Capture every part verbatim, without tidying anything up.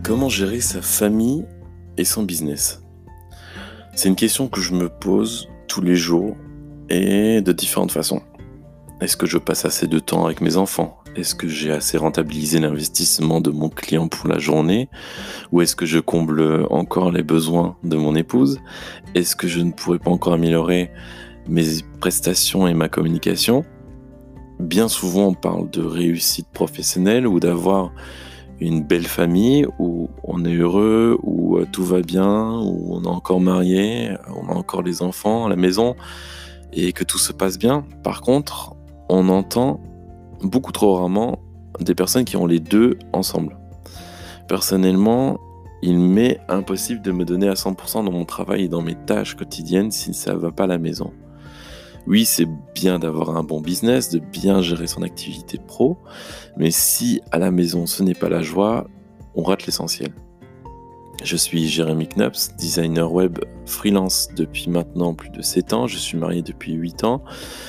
Comment gérer sa famille et son business? C'est une question que je me pose tous les jours et de différentes façons. Est-ce que je passe assez de temps avec mes enfants? Est-ce que j'ai assez rentabilisé l'investissement de mon client pour la journée? Ou est-ce que je comble encore les besoins de mon épouse? Est-ce que je ne pourrais pas encore améliorer mes prestations et ma communication? Bien souvent, on parle de réussite professionnelle ou d'avoir une belle famille où on est heureux, où euh, tout va bien, où on est encore marié, on a encore les enfants à la maison et que tout se passe bien. Par contre, on entend beaucoup trop rarement des personnes qui ont les deux ensemble. Personnellement, il m'est impossible de me donner à cent pour cent dans mon travail et dans mes tâches quotidiennes si ça ne va pas à la maison. Oui, c'est bien d'avoir un bon business, de bien gérer son activité pro, mais si à la maison ce n'est pas la joie, on rate l'essentiel. Je suis Jérémy Knaps, designer web freelance depuis maintenant plus de sept ans, je suis marié depuis huit ans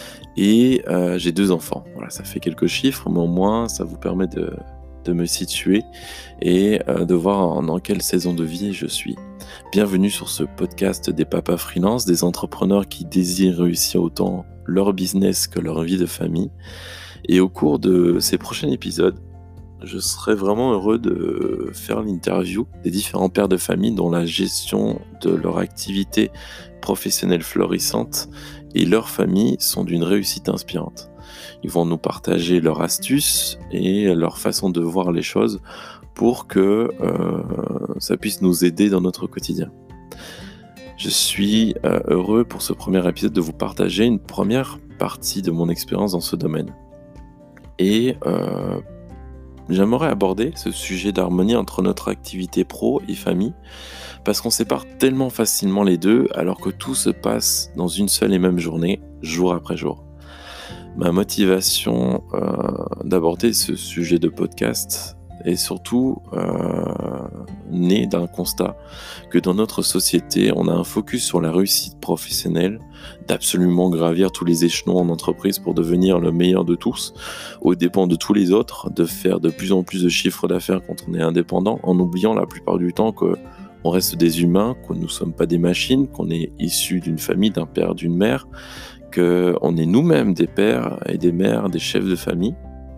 et euh, j'ai deux enfants. Voilà, ça fait quelques chiffres, mais au moins ça vous permet de, de me situer et euh, de voir dans quelle saison de vie je suis. Bienvenue sur ce podcast des papas freelance, des entrepreneurs qui désirent réussir autant leur business que leur vie de famille. Et au cours de ces prochains épisodes, je serai vraiment heureux de faire l'interview des différents pères de famille dont la gestion de leur activité professionnelle florissante et leur famille sont d'une réussite inspirante. Ils vont nous partager leurs astuces et leur façon de voir les choses pour que euh, ça puisse nous aider dans notre quotidien. Je suis euh, heureux pour ce premier épisode de vous partager une première partie de mon expérience dans ce domaine. Et euh, j'aimerais aborder ce sujet d'harmonie entre notre activité pro et famille, parce qu'on sépare tellement facilement les deux, alors que tout se passe dans une seule et même journée, jour après jour. Ma motivation euh, d'aborder ce sujet de podcast est surtout euh, née d'un constat que dans notre société, on a un focus sur la réussite professionnelle, d'absolument gravir tous les échelons en entreprise pour devenir le meilleur de tous, aux dépens de tous les autres, de faire de plus en plus de chiffres d'affaires quand on est indépendant, en oubliant la plupart du temps que on reste des humains, que nous ne sommes pas des machines, qu'on est issus d'une famille, d'un père, d'une mère, qu'on est nous-mêmes des pères et des mères, des chefs de famille.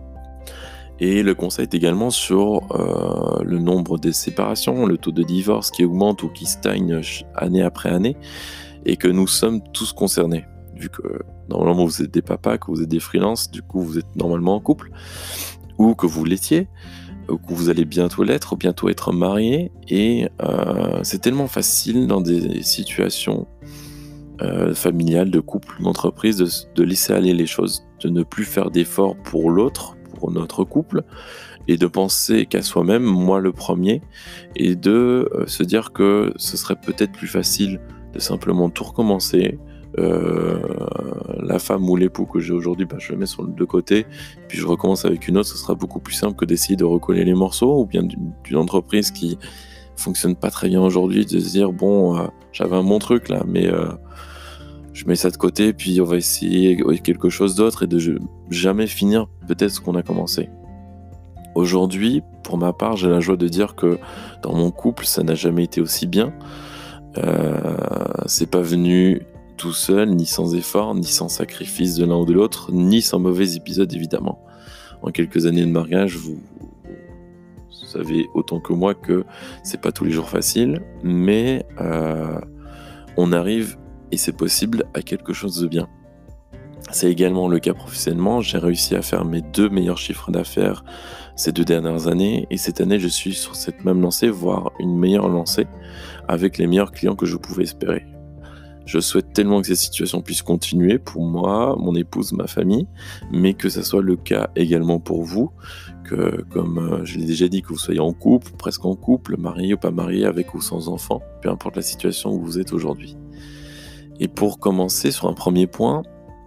Et le constat est également sur euh, le nombre des séparations, le taux de divorce qui augmente ou qui stagne année après année, et que nous sommes tous concernés. Vu que normalement vous êtes des papas, que vous êtes des freelances, du coup vous êtes normalement en couple, ou que vous l'étiez, ou que vous allez bientôt l'être, ou bientôt être marié, et euh, c'est tellement facile dans des situations euh, familiales, de couple, d'entreprise, de, de laisser aller les choses, de ne plus faire d'efforts pour l'autre, pour notre couple, et de penser qu'à soi-même, moi le premier, et de euh, se dire que ce serait peut-être plus facile de simplement tout recommencer. Euh, la femme ou l'époux que j'ai aujourd'hui, bah, je le mets sur le de côté, puis je recommence avec une autre, ce sera beaucoup plus simple que d'essayer de recoller les morceaux, ou bien d'une, d'une entreprise qui fonctionne pas très bien aujourd'hui, de se dire bon, euh, j'avais un bon truc là, mais euh, je mets ça de côté, puis on va essayer quelque chose d'autre et de jamais finir peut-être ce qu'on a commencé. Aujourd'hui, pour ma part, j'ai la joie de dire que dans mon couple, ça n'a jamais été aussi bien. Euh, c'est pas venu tout seul, ni sans effort, ni sans sacrifice de l'un ou de l'autre, ni sans mauvais épisodes évidemment. En quelques années de mariage, vous, vous savez autant que moi que c'est pas tous les jours facile, mais euh, on arrive et c'est possible à quelque chose de bien. C'est également le cas professionnellement. J'ai réussi à faire mes deux meilleurs chiffres d'affaires ces deux dernières années, et cette année je suis sur cette même lancée, voire une meilleure lancée, avec les meilleurs clients que je pouvais espérer. Je souhaite tellement que cette situation puisse continuer pour moi, mon épouse, ma famille, mais que ça soit le cas également pour vous, que comme je l'ai déjà dit, que vous soyez en couple, presque en couple, marié ou pas marié, avec ou sans enfant, peu importe la situation où vous êtes aujourd'hui. Et pour commencer sur un premier point,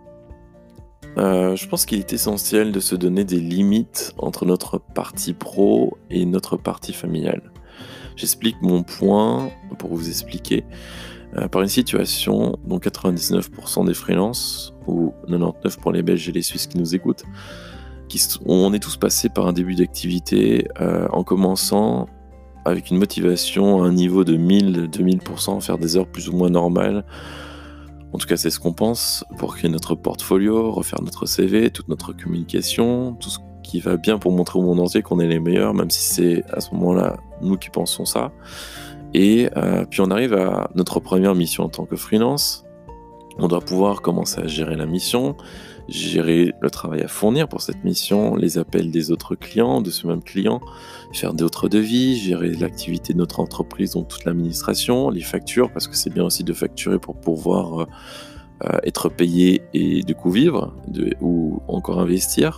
euh, je pense qu'il est essentiel de se donner des limites entre notre partie pro et notre partie familiale. J'explique mon point pour vous expliquer. Euh, par une situation dont quatre-vingt-dix-neuf pour cent des freelances, ou quatre-vingt-dix-neuf pour cent pour les Belges et les Suisses qui nous écoutent, qui, on est tous passés par un début d'activité euh, en commençant avec une motivation à un niveau de mille, deux mille pour cent, faire des heures plus ou moins normales. En tout cas, c'est ce qu'on pense, pour créer notre portfolio, refaire notre C V, toute notre communication, tout ce qui va bien pour montrer au monde entier qu'on est les meilleurs, même si c'est à ce moment-là nous qui pensons ça. Et euh, puis on arrive à notre première mission en tant que freelance. On doit pouvoir commencer à gérer la mission, gérer le travail à fournir pour cette mission, les appels des autres clients, de ce même client, faire d'autres devis, gérer l'activité de notre entreprise, donc toute l'administration, les factures, parce que c'est bien aussi de facturer pour pouvoir euh, euh, être payé et du coup vivre, de, ou encore investir.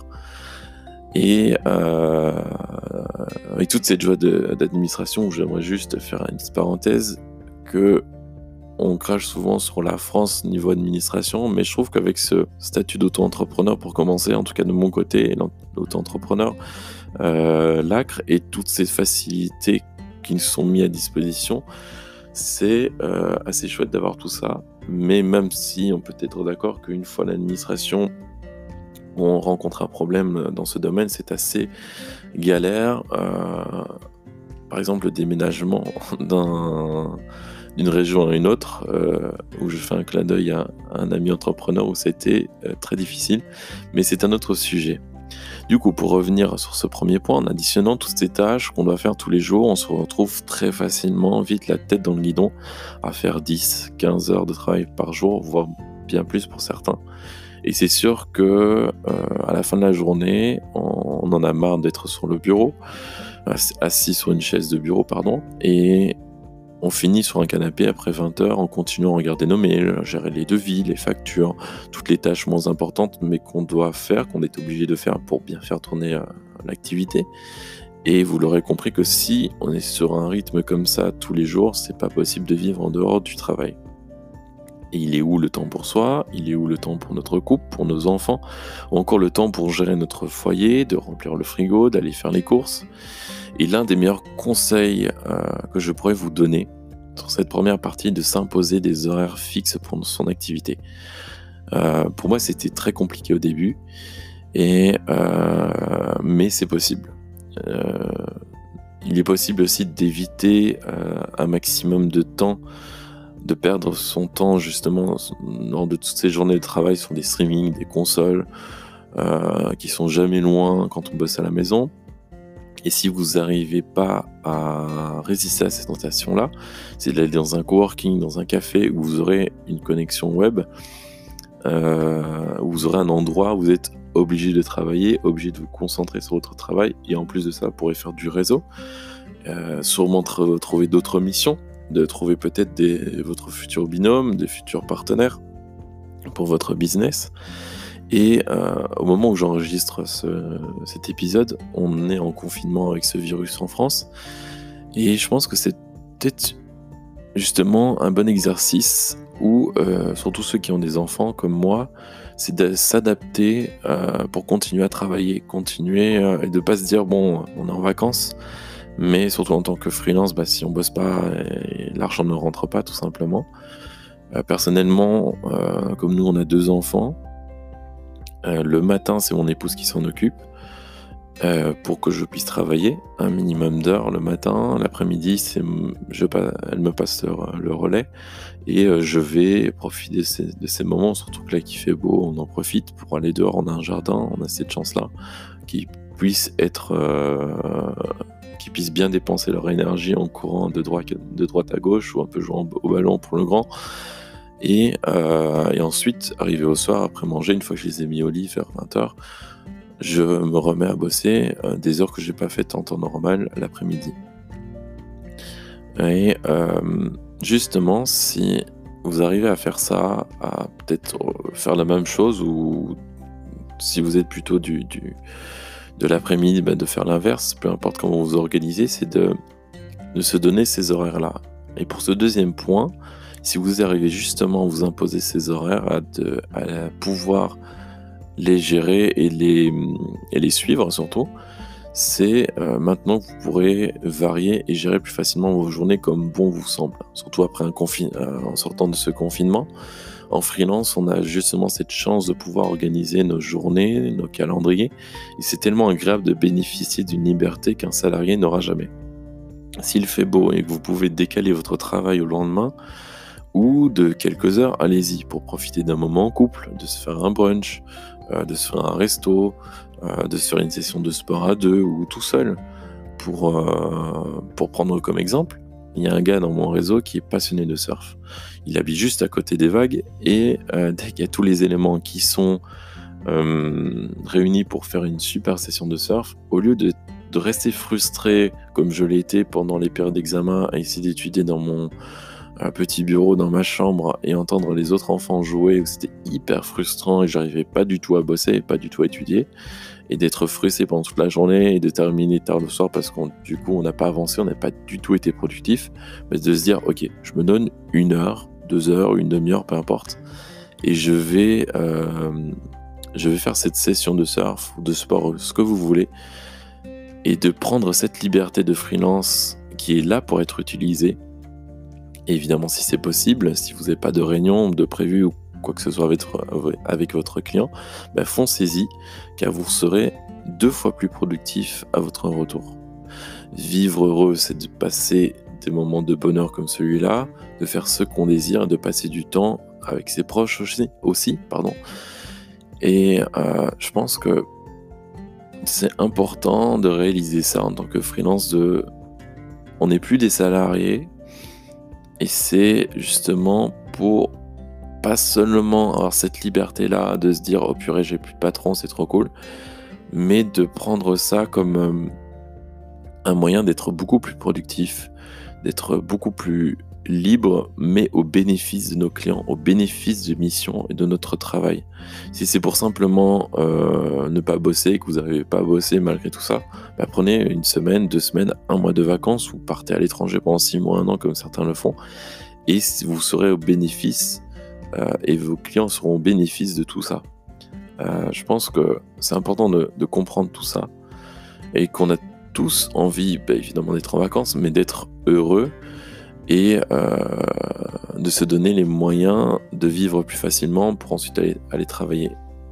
Et euh, avec toute cette joie de, d'administration, j'aimerais juste faire une petite parenthèse que on crache souvent sur la France niveau administration, mais je trouve qu'avec ce statut d'auto-entrepreneur, pour commencer, en tout cas de mon côté, l'auto-entrepreneur, euh, l'Acre et toutes ces facilités qui nous sont mises à disposition, c'est euh, assez chouette d'avoir tout ça. Mais même si on peut être d'accord qu'une fois l'administration, on rencontre un problème dans ce domaine, c'est assez galère. Euh, par exemple, le déménagement d'un... d'une région à une autre, euh, où je fais un clin d'œil à, à un ami entrepreneur où c'était euh, très difficile, mais c'est un autre sujet. Du coup, pour revenir sur ce premier point, en additionnant toutes ces tâches qu'on doit faire tous les jours, on se retrouve très facilement, vite la tête dans le guidon, à faire dix, quinze heures de travail par jour, voire bien plus pour certains. Et c'est sûr que euh, à la fin de la journée, on, on en a marre d'être sur le bureau, assis sur une chaise de bureau, pardon, et on finit sur un canapé après vingt heures en continuant à regarder nos mails, gérer les devis, les factures, toutes les tâches moins importantes mais qu'on doit faire, qu'on est obligé de faire pour bien faire tourner euh, l'activité. Et vous l'aurez compris que si on est sur un rythme comme ça tous les jours, c'est pas possible de vivre en dehors du travail. Et il est où le temps pour soi? Il est où le temps pour notre couple, pour nos enfants? Ou encore le temps pour gérer notre foyer, de remplir le frigo, d'aller faire les courses? Et l'un des meilleurs conseils euh, que je pourrais vous donner sur cette première partie, de s'imposer des horaires fixes pour son activité. Euh, pour moi, c'était très compliqué au début, et, euh, mais c'est possible. Euh, il est possible aussi d'éviter euh, un maximum de temps, de perdre son temps justement lors de toutes ces journées de travail sur des streamings, des consoles, euh, qui sont jamais loin quand on bosse à la maison. Et si vous n'arrivez pas à résister à cette tentation-là, c'est d'aller dans un coworking, dans un café où vous aurez une connexion web, euh, où vous aurez un endroit où vous êtes obligé de travailler, obligé de vous concentrer sur votre travail, et en plus de ça, vous pourrez faire du réseau, euh, sûrement tr- trouver d'autres missions, de trouver peut-être des, votre futur binôme, des futurs partenaires pour votre business. Et euh, au moment où j'enregistre ce, cet épisode, on est en confinement avec ce virus en France. Et je pense que c'est peut-être justement un bon exercice où, euh, surtout ceux qui ont des enfants comme moi, c'est de s'adapter euh, pour continuer à travailler, continuer euh, et de pas se dire bon, on est en vacances, mais surtout en tant que freelance, bah, si on bosse pas, l'argent ne rentre pas tout simplement. Euh, personnellement, euh, comme nous on a deux enfants, Euh, le matin, c'est mon épouse qui s'en occupe euh, pour que je puisse travailler un minimum d'heures le matin. L'après-midi, c'est, je, elle me passe le, le relais et euh, je vais profiter de ces, de ces moments, surtout que là qu'il fait beau, on en profite pour aller dehors. On a un jardin, on a cette chance-là, qui puisse être, euh, qui puissent bien dépenser leur énergie en courant de droite, de droite à gauche ou un peu jouant au ballon pour le grand. Et, euh, et ensuite, arrivé au soir, après manger, une fois que je les ai mis au lit vers vingt heures, je me remets à bosser euh, des heures que je n'ai pas faites en temps normal l'après-midi. Et euh, justement, si vous arrivez à faire ça, à peut-être faire la même chose, ou si vous êtes plutôt du, du, de l'après-midi, ben de faire l'inverse, peu importe comment vous vous organisez, c'est de, de se donner ces horaires-là. Et pour ce deuxième point, si vous arrivez justement à vous imposer ces horaires, à, de, à pouvoir les gérer et les, et les suivre surtout, c'est euh, maintenant que vous pourrez varier et gérer plus facilement vos journées comme bon vous semble. Surtout après un confin- euh, en sortant de ce confinement. En freelance, on a justement cette chance de pouvoir organiser nos journées, nos calendriers. Et c'est tellement agréable de bénéficier d'une liberté qu'un salarié n'aura jamais. S'il fait beau et que vous pouvez décaler votre travail au lendemain ou de quelques heures, allez-y pour profiter d'un moment en couple, de se faire un brunch, euh, de se faire un resto, euh, de se faire une session de sport à deux ou tout seul. Pour, euh, pour prendre comme exemple, il y a un gars dans mon réseau qui est passionné de surf. Il habite juste à côté des vagues et euh, dès qu'il y a tous les éléments qui sont euh, réunis pour faire une super session de surf, au lieu de, de rester frustré comme je l'ai été pendant les périodes d'examen à essayer d'étudier dans mon euh, petit bureau dans ma chambre et entendre les autres enfants jouer, où c'était hyper frustrant et j'arrivais pas du tout à bosser et pas du tout à étudier, et d'être frustré pendant toute la journée et de terminer tard le soir parce qu'on du coup on n'a pas avancé, on n'a pas du tout été productif, mais de se dire ok, je me donne une heure, deux heures, une demi-heure, peu importe, et je vais euh, je vais faire cette session de surf ou de sport, ce que vous voulez, et de prendre cette liberté de freelance qui est là pour être utilisée. Et évidemment, si c'est possible, si vous n'avez pas de réunion de prévu ou quoi que ce soit avec, avec votre client, bah foncez-y, car vous serez deux fois plus productif à votre retour. Vivre heureux, c'est de passer des moments de bonheur comme celui-là, de faire ce qu'on désire et de passer du temps avec ses proches aussi. aussi pardon. Et euh, je pense que c'est important de réaliser ça en tant que freelance. De... On n'est plus des salariés, et c'est justement pour pas seulement avoir cette liberté-là de se dire « Oh purée, j'ai plus de patron, c'est trop cool », mais de prendre ça comme euh, un moyen d'être beaucoup plus productif, d'être beaucoup plus libre, mais au bénéfice de nos clients, au bénéfice de missions et de notre travail. Si c'est pour simplement euh, ne pas bosser, que vous n'arrivez pas à bosser malgré tout ça, bah prenez une semaine, deux semaines, un mois de vacances, ou partez à l'étranger pendant six mois, un an, comme certains le font, et vous serez au bénéfice euh, et vos clients seront au bénéfice de tout ça. Euh, je pense que c'est important de, de comprendre tout ça, et qu'on a tous envie, bah, évidemment, d'être en vacances, mais d'être heureux et euh, de se donner les moyens de vivre plus facilement pour ensuite aller, aller travailler.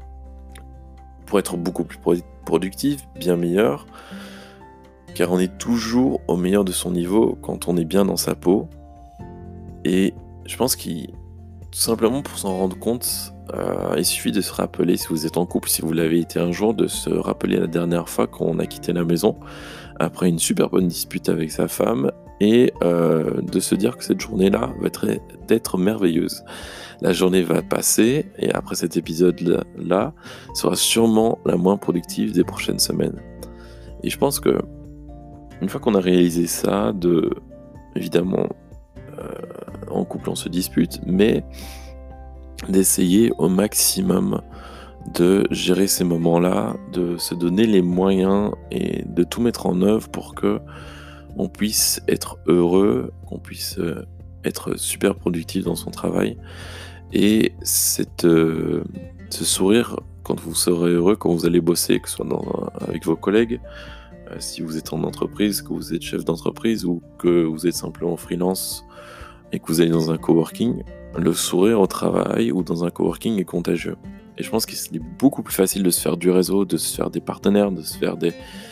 Pour être beaucoup plus productif, bien meilleur, car on est toujours au meilleur de son niveau quand on est bien dans sa peau. Et je pense qu'il, tout simplement pour s'en rendre compte, euh, il suffit de se rappeler, si vous êtes en couple, si vous l'avez été un jour, de se rappeler la dernière fois qu'on a quitté la maison après une super bonne dispute avec sa femme, et euh, de se dire que cette journée-là va être, être merveilleuse. La journée va passer, et après cet épisode-là, sera sûrement la moins productive des prochaines semaines. Et je pense que une fois qu'on a réalisé ça, de évidemment euh, en couple on se dispute, mais d'essayer au maximum de gérer ces moments-là, de se donner les moyens et de tout mettre en œuvre pour que on puisse être heureux, qu'on puisse être super productif dans son travail. Et cette, euh, ce sourire quand vous serez heureux, quand vous allez bosser, que ce soit dans, avec vos collègues, euh, si vous êtes en entreprise, que vous êtes chef d'entreprise ou que vous êtes simplement freelance et que vous allez dans un coworking, le sourire au travail ou dans un coworking est contagieux. Et je pense qu'il est beaucoup plus facile de se faire du réseau, de se faire des partenaires, de se faire des...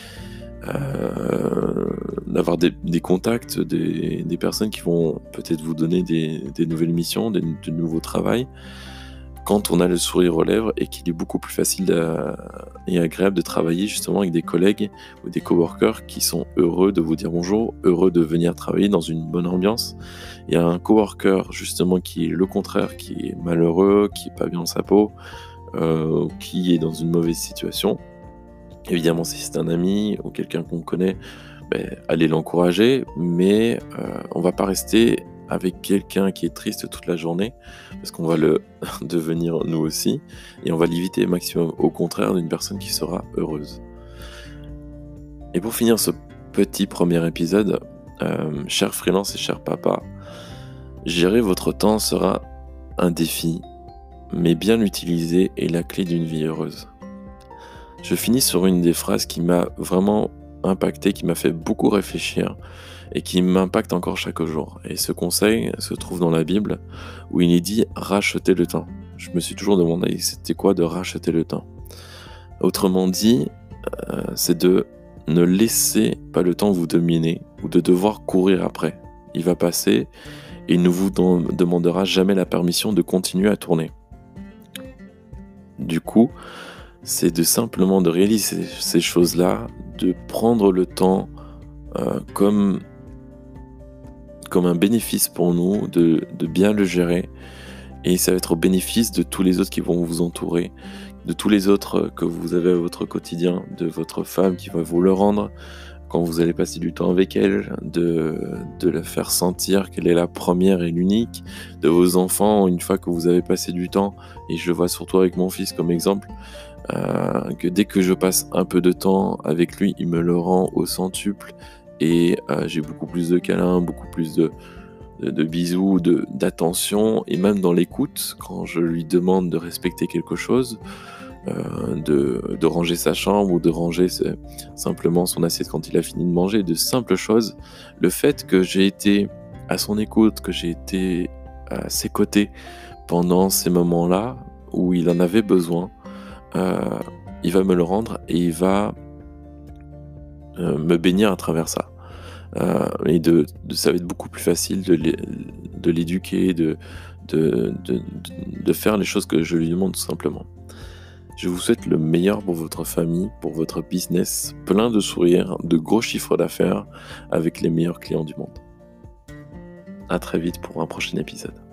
Euh, d'avoir des, des contacts, des, des personnes qui vont peut-être vous donner des, des nouvelles missions, des, de nouveaux travails, quand on a le sourire aux lèvres, et qu'il est beaucoup plus facile à, et agréable de travailler justement avec des collègues ou des coworkers qui sont heureux de vous dire bonjour, heureux de venir travailler dans une bonne ambiance. Il y a un coworker justement qui est le contraire, qui est malheureux, qui est pas bien dans sa peau, euh, qui est dans une mauvaise situation. Évidemment, si c'est un ami ou quelqu'un qu'on connaît, ben, allez l'encourager, mais euh, on va pas rester avec quelqu'un qui est triste toute la journée, parce qu'on va le devenir nous aussi, et on va l'éviter au maximum, au contraire d'une personne qui sera heureuse. Et pour finir ce petit premier épisode, euh, cher freelance et cher papa, gérer votre temps sera un défi, mais bien l'utiliser est la clé d'une vie heureuse. Je finis sur une des phrases qui m'a vraiment impacté, qui m'a fait beaucoup réfléchir et qui m'impacte encore chaque jour. Et ce conseil se trouve dans la Bible où il est dit « racheter le temps ». Je me suis toujours demandé c'était quoi de racheter le temps. Autrement dit, euh, c'est de ne laisser pas le temps vous dominer ou de devoir courir après. Il va passer et il ne vous don- demandera jamais la permission de continuer à tourner. Du coup, c'est de simplement de réaliser ces choses-là, de prendre le temps euh, comme, comme un bénéfice pour nous, de, de bien le gérer. Et ça va être au bénéfice de tous les autres qui vont vous entourer, de tous les autres que vous avez à votre quotidien, de votre femme qui va vous le rendre quand vous allez passer du temps avec elle, de, de la faire sentir qu'elle est la première et l'unique, de vos enfants une fois que vous avez passé du temps, et je le vois surtout avec mon fils comme exemple, euh, que dès que je passe un peu de temps avec lui, il me le rend au centuple, et euh, j'ai beaucoup plus de câlins, beaucoup plus de de, de bisous, de, d'attention, et même dans l'écoute, quand je lui demande de respecter quelque chose, euh, de, de ranger sa chambre ou de ranger ce- simplement son assiette quand il a fini de manger, de simples choses, le fait que j'ai été à son écoute, que j'ai été à ses côtés pendant ces moments-là où il en avait besoin, euh, il va me le rendre et il va euh, me bénir à travers ça. Euh, et de, de- ça va être beaucoup plus facile de l'é- de l'éduquer, de, de, de, de faire les choses que je lui demande tout simplement. Je vous souhaite le meilleur pour votre famille, pour votre business, plein de sourires, de gros chiffres d'affaires avec les meilleurs clients du monde. À très vite pour un prochain épisode.